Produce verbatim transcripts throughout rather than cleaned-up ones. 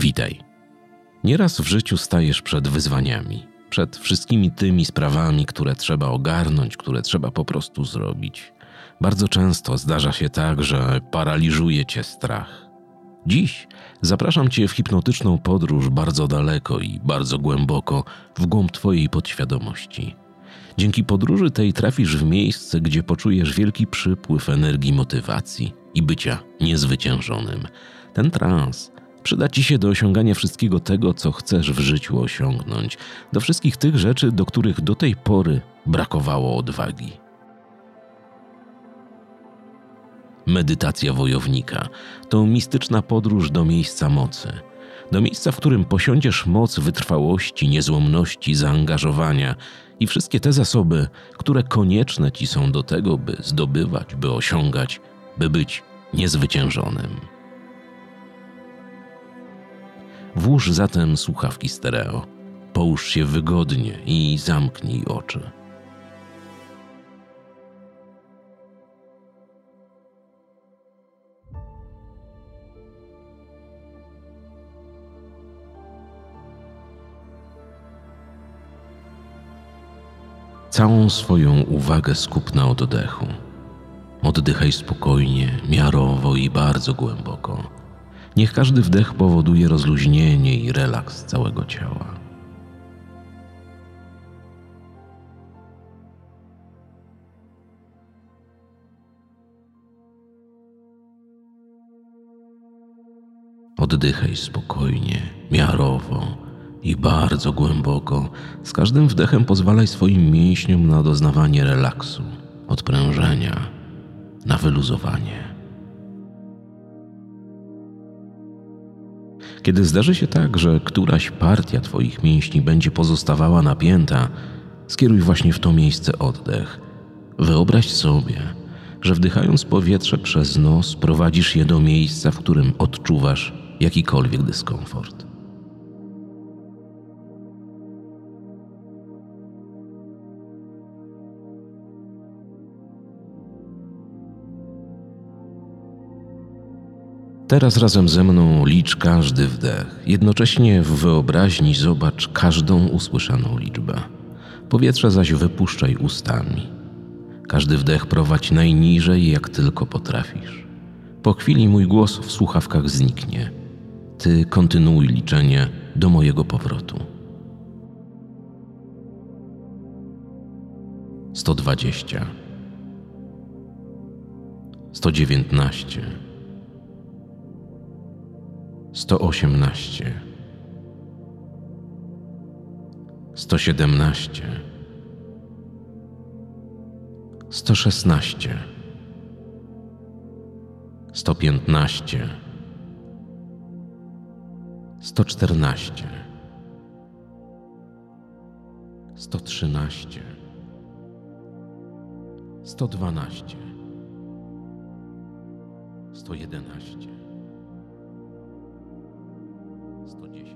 Witaj. Nieraz w życiu stajesz przed wyzwaniami, przed wszystkimi tymi sprawami, które trzeba ogarnąć, które trzeba po prostu zrobić. Bardzo często zdarza się tak, że paraliżuje cię strach. Dziś zapraszam cię w hipnotyczną podróż bardzo daleko i bardzo głęboko w głąb twojej podświadomości. Dzięki podróży tej trafisz w miejsce, gdzie poczujesz wielki przypływ energii motywacji i bycia niezwyciężonym. Ten trans przyda ci się do osiągania wszystkiego tego, co chcesz w życiu osiągnąć, do wszystkich tych rzeczy, do których do tej pory brakowało odwagi. Medytacja wojownika to mistyczna podróż do miejsca mocy, do miejsca, w którym posiądziesz moc wytrwałości, niezłomności, zaangażowania i wszystkie te zasoby, które konieczne ci są do tego, by zdobywać, by osiągać, by być niezwyciężonym. Włóż zatem słuchawki stereo, połóż się wygodnie i zamknij oczy. Całą swoją uwagę skup na oddechu. Oddychaj spokojnie, miarowo i bardzo głęboko. Niech każdy wdech powoduje rozluźnienie i relaks całego ciała. Oddychaj spokojnie, miarowo i bardzo głęboko. Z każdym wdechem pozwalaj swoim mięśniom na doznawanie relaksu, odprężenia, na wyluzowanie. Kiedy zdarzy się tak, że któraś partia twoich mięśni będzie pozostawała napięta, skieruj właśnie w to miejsce oddech. Wyobraź sobie, że wdychając powietrze przez nos prowadzisz je do miejsca, w którym odczuwasz jakikolwiek dyskomfort. Teraz razem ze mną licz każdy wdech. Jednocześnie w wyobraźni zobacz każdą usłyszaną liczbę. Powietrze zaś wypuszczaj ustami. Każdy wdech prowadź najniżej, jak tylko potrafisz. Po chwili mój głos w słuchawkach zniknie. Ty kontynuuj liczenie do mojego powrotu. sto dwadzieścia. sto dziewiętnaście. sto osiemnaście, sto siedemnaście, sto szesnaście, sto piętnaście, sto czternaście, sto trzynaście, sto dwanaście, sto jedenaście. sto dziesięć.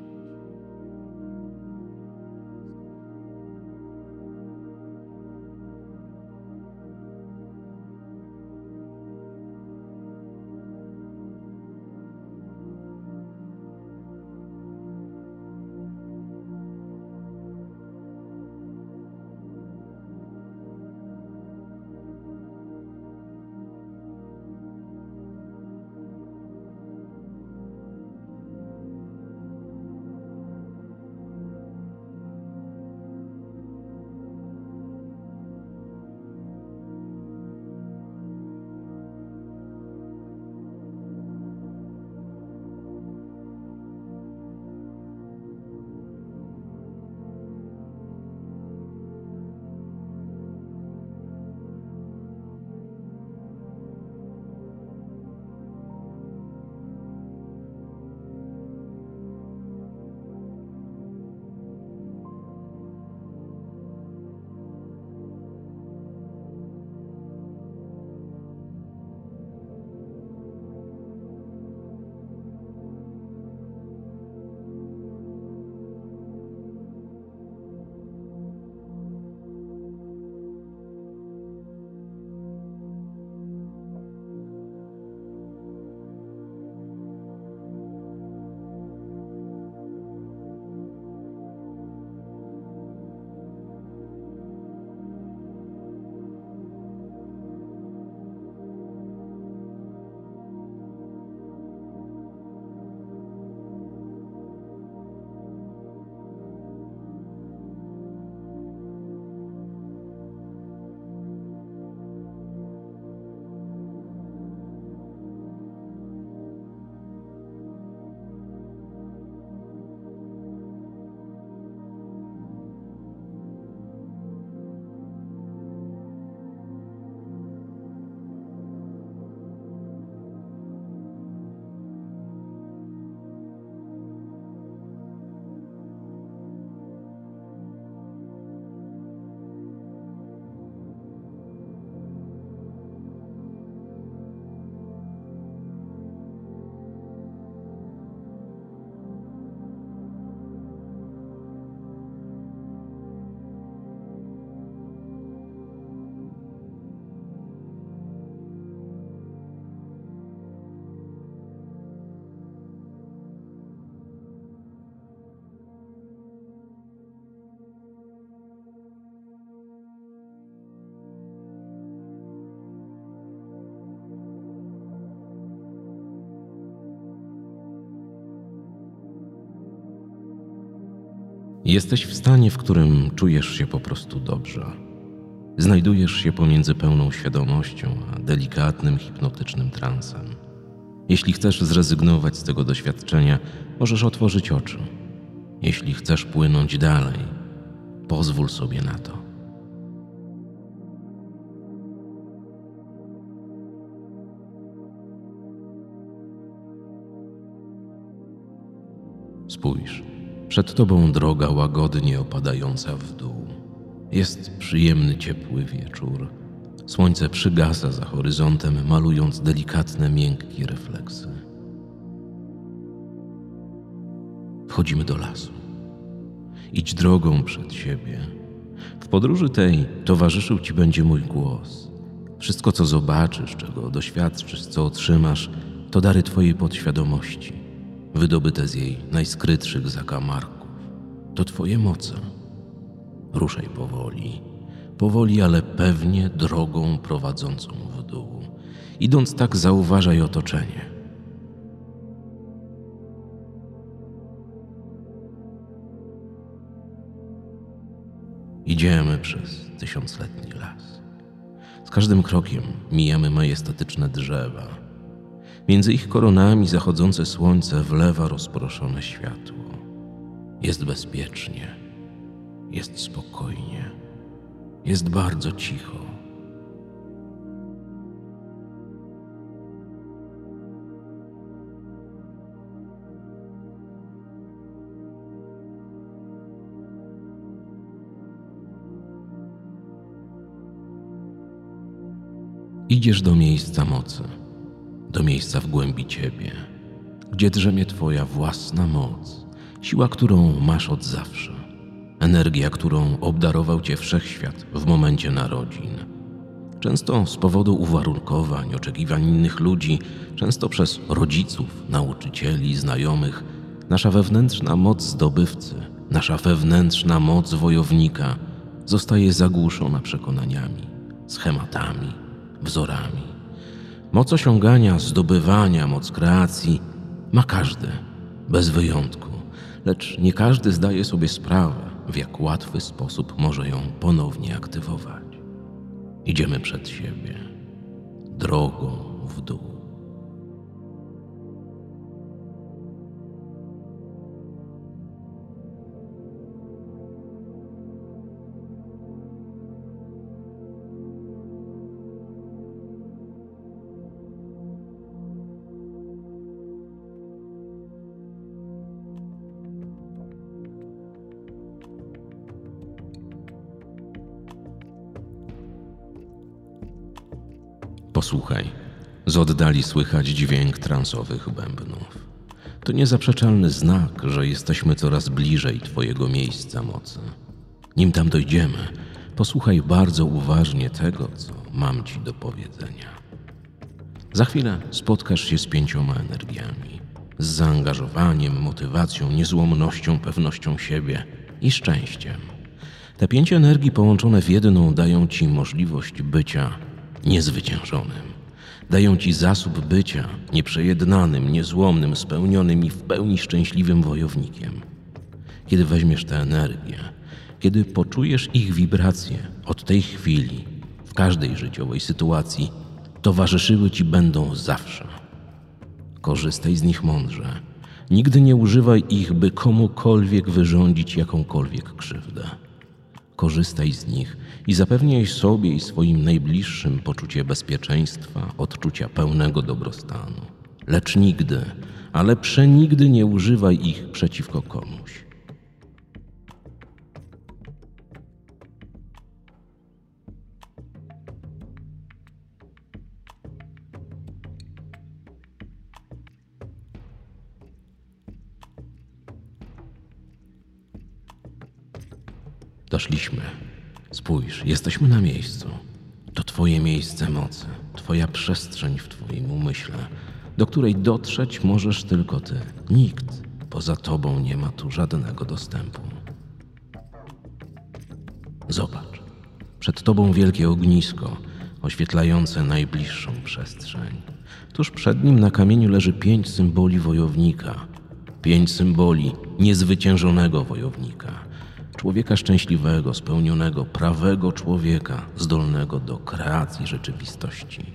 Jesteś w stanie, w którym czujesz się po prostu dobrze. Znajdujesz się pomiędzy pełną świadomością a delikatnym, hipnotycznym transem. Jeśli chcesz zrezygnować z tego doświadczenia, możesz otworzyć oczy. Jeśli chcesz płynąć dalej, pozwól sobie na to. Spójrz, przed tobą droga łagodnie opadająca w dół. Jest przyjemny, ciepły wieczór. Słońce przygasa za horyzontem, malując delikatne, miękkie refleksy. Wchodzimy do lasu. Idź drogą przed siebie. W podróży tej towarzyszył ci będzie mój głos. Wszystko, co zobaczysz, czego doświadczysz, co otrzymasz, to dary twojej podświadomości, wydobyte z jej najskrytszych zakamarków. To twoje moce. Ruszaj powoli, powoli, ale pewnie drogą prowadzącą w dół. Idąc tak, zauważaj otoczenie. Idziemy przez tysiącletni las. Z każdym krokiem mijamy majestatyczne drzewa. Między ich koronami zachodzące słońce wlewa rozproszone światło. Jest bezpiecznie, jest spokojnie, jest bardzo cicho. Idziesz do miejsca mocy, do miejsca w głębi ciebie, gdzie drzemie twoja własna moc, siła, którą masz od zawsze, energia, którą obdarował cię wszechświat w momencie narodzin. Często z powodu uwarunkowań, oczekiwań innych ludzi, często przez rodziców, nauczycieli, znajomych, nasza wewnętrzna moc zdobywcy, nasza wewnętrzna moc wojownika zostaje zagłuszona przekonaniami, schematami, wzorami. Moc osiągania, zdobywania, moc kreacji ma każdy, bez wyjątku, lecz nie każdy zdaje sobie sprawę, w jak łatwy sposób może ją ponownie aktywować. Idziemy przed siebie, drogą w dół. Posłuchaj, z oddali słychać dźwięk transowych bębnów. To niezaprzeczalny znak, że jesteśmy coraz bliżej twojego miejsca mocy. Nim tam dojdziemy, posłuchaj bardzo uważnie tego, co mam ci do powiedzenia. Za chwilę spotkasz się z pięcioma energiami. Z zaangażowaniem, motywacją, niezłomnością, pewnością siebie i szczęściem. Te pięć energii połączone w jedną dają ci możliwość bycia niezwyciężonym. Dają ci zasób bycia nieprzejednanym, niezłomnym, spełnionym i w pełni szczęśliwym wojownikiem. Kiedy weźmiesz tę energię, kiedy poczujesz ich wibracje, od tej chwili, w każdej życiowej sytuacji, towarzyszyły ci będą zawsze. Korzystaj z nich mądrze. Nigdy nie używaj ich, by komukolwiek wyrządzić jakąkolwiek krzywdę. Korzystaj z nich i zapewniaj sobie i swoim najbliższym poczucie bezpieczeństwa, odczucia pełnego dobrostanu. Lecz nigdy, ale przenigdy nie używaj ich przeciwko komuś. Doszliśmy. Spójrz, jesteśmy na miejscu. To twoje miejsce mocy, twoja przestrzeń w twoim umyśle, do której dotrzeć możesz tylko ty. Nikt poza tobą nie ma tu żadnego dostępu. Zobacz, przed tobą wielkie ognisko, oświetlające najbliższą przestrzeń. Tuż przed nim na kamieniu leży pięć symboli wojownika. Pięć symboli niezwyciężonego wojownika. Człowieka szczęśliwego, spełnionego, prawego człowieka, zdolnego do kreacji rzeczywistości.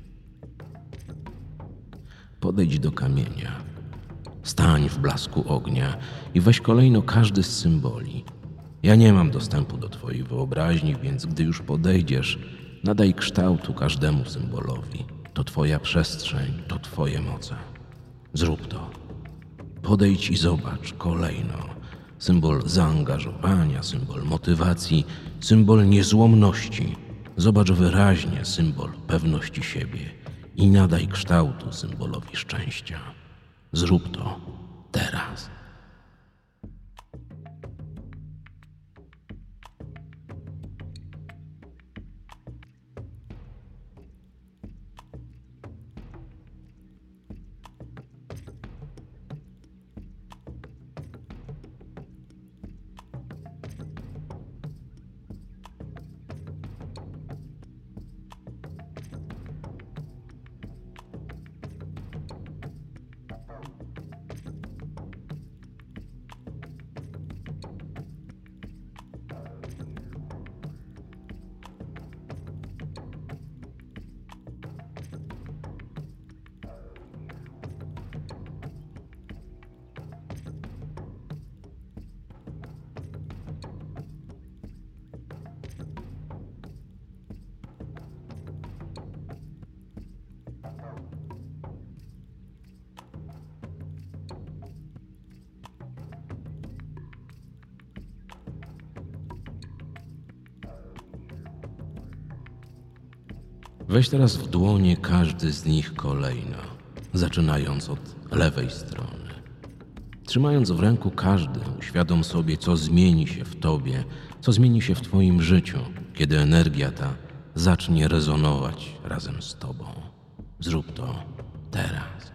Podejdź do kamienia, stań w blasku ognia i weź kolejno każdy z symboli. Ja nie mam dostępu do twojej wyobraźni, więc gdy już podejdziesz, nadaj kształtu każdemu symbolowi. To twoja przestrzeń, to twoje moce. Zrób to. Podejdź i zobacz kolejno. Symbol zaangażowania, symbol motywacji, symbol niezłomności. Zobacz wyraźnie symbol pewności siebie i nadaj kształtu symbolowi szczęścia. Zrób to teraz. Weź teraz w dłonie każdy z nich kolejno, zaczynając od lewej strony. Trzymając w ręku każdy, uświadom sobie, co zmieni się w tobie, co zmieni się w twoim życiu, kiedy energia ta zacznie rezonować razem z tobą. Zrób to teraz.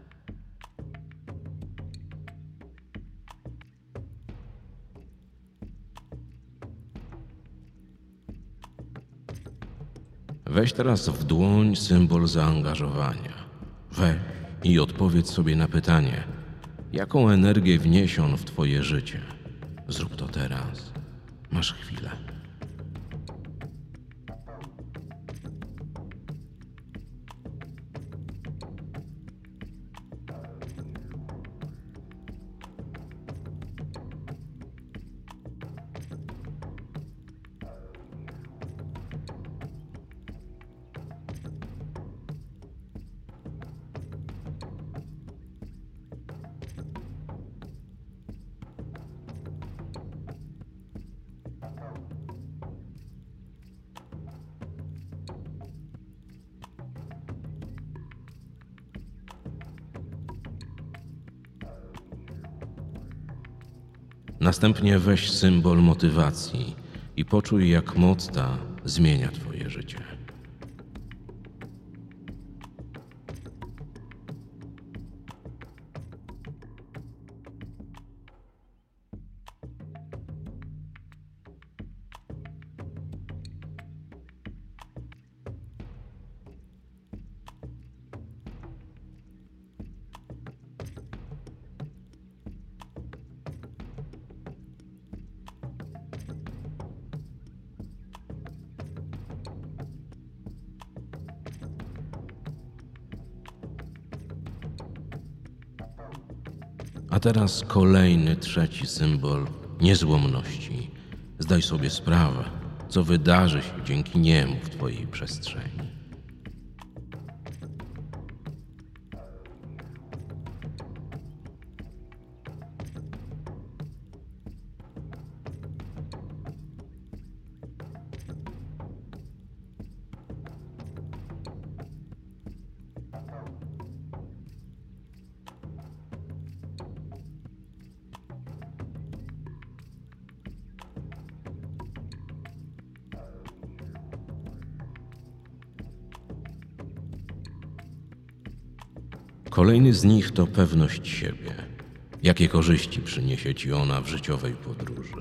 Weź teraz w dłoń symbol zaangażowania. Weź i odpowiedz sobie na pytanie, jaką energię wniesie on w twoje życie. Zrób to teraz. Masz chwilę. Następnie weź symbol motywacji i poczuj, jak moc ta zmienia twoje życie. A teraz kolejny, trzeci symbol niezłomności. Zdaj sobie sprawę, co wydarzy się dzięki niemu w twojej przestrzeni. Kolejny z nich to pewność siebie. Jakie korzyści przyniesie ci ona w życiowej podróży?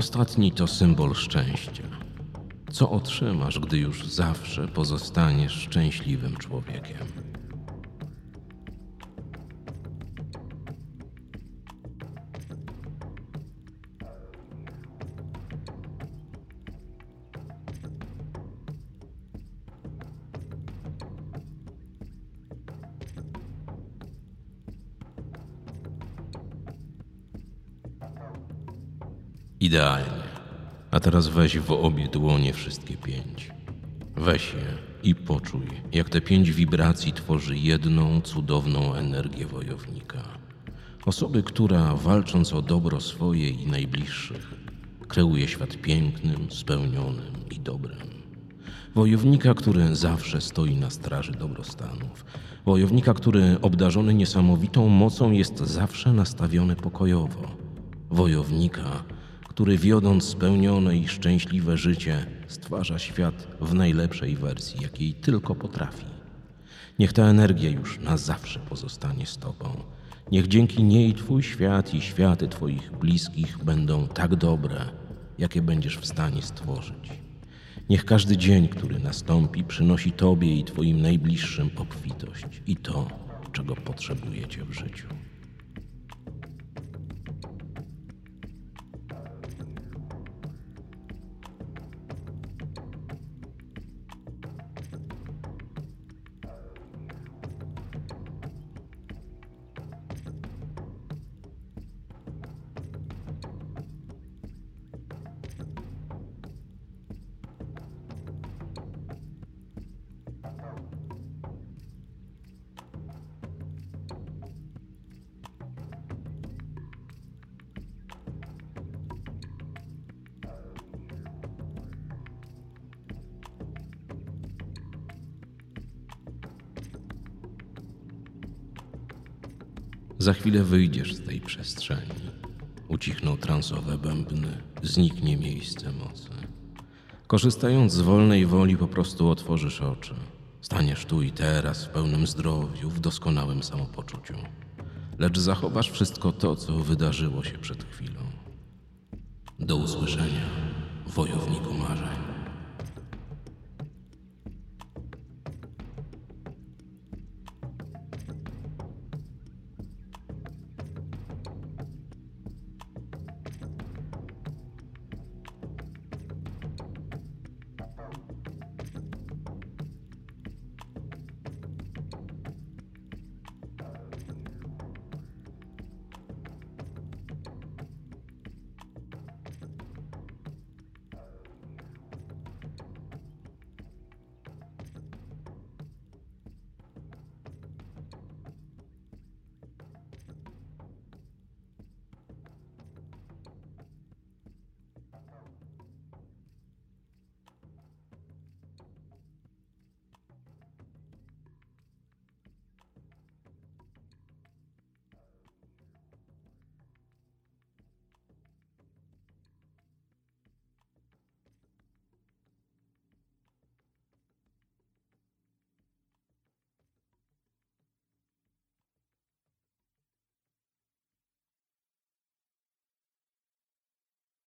Ostatni to symbol szczęścia. Co otrzymasz, gdy już zawsze pozostaniesz szczęśliwym człowiekiem? Idealnie. A teraz weź w obie dłonie wszystkie pięć. Weź je i poczuj, jak te pięć wibracji tworzy jedną cudowną energię wojownika. Osoby, która walcząc o dobro swoje i najbliższych, kreuje świat pięknym, spełnionym i dobrym. Wojownika, który zawsze stoi na straży dobrostanów. Wojownika, który obdarzony niesamowitą mocą jest zawsze nastawiony pokojowo. Wojownika, który wiodąc spełnione i szczęśliwe życie, stwarza świat w najlepszej wersji, jakiej tylko potrafi. Niech ta energia już na zawsze pozostanie z Tobą. Niech dzięki niej Twój świat i światy Twoich bliskich będą tak dobre, jakie będziesz w stanie stworzyć. Niech każdy dzień, który nastąpi, przynosi Tobie i Twoim najbliższym obfitość i to, czego potrzebujecie w życiu. Za chwilę wyjdziesz z tej przestrzeni. Ucichną transowe bębny, zniknie miejsce mocy. Korzystając z wolnej woli, po prostu otworzysz oczy. Staniesz tu i teraz w pełnym zdrowiu, w doskonałym samopoczuciu. Lecz zachowasz wszystko to, co wydarzyło się przed chwilą. Do usłyszenia, wojowniku.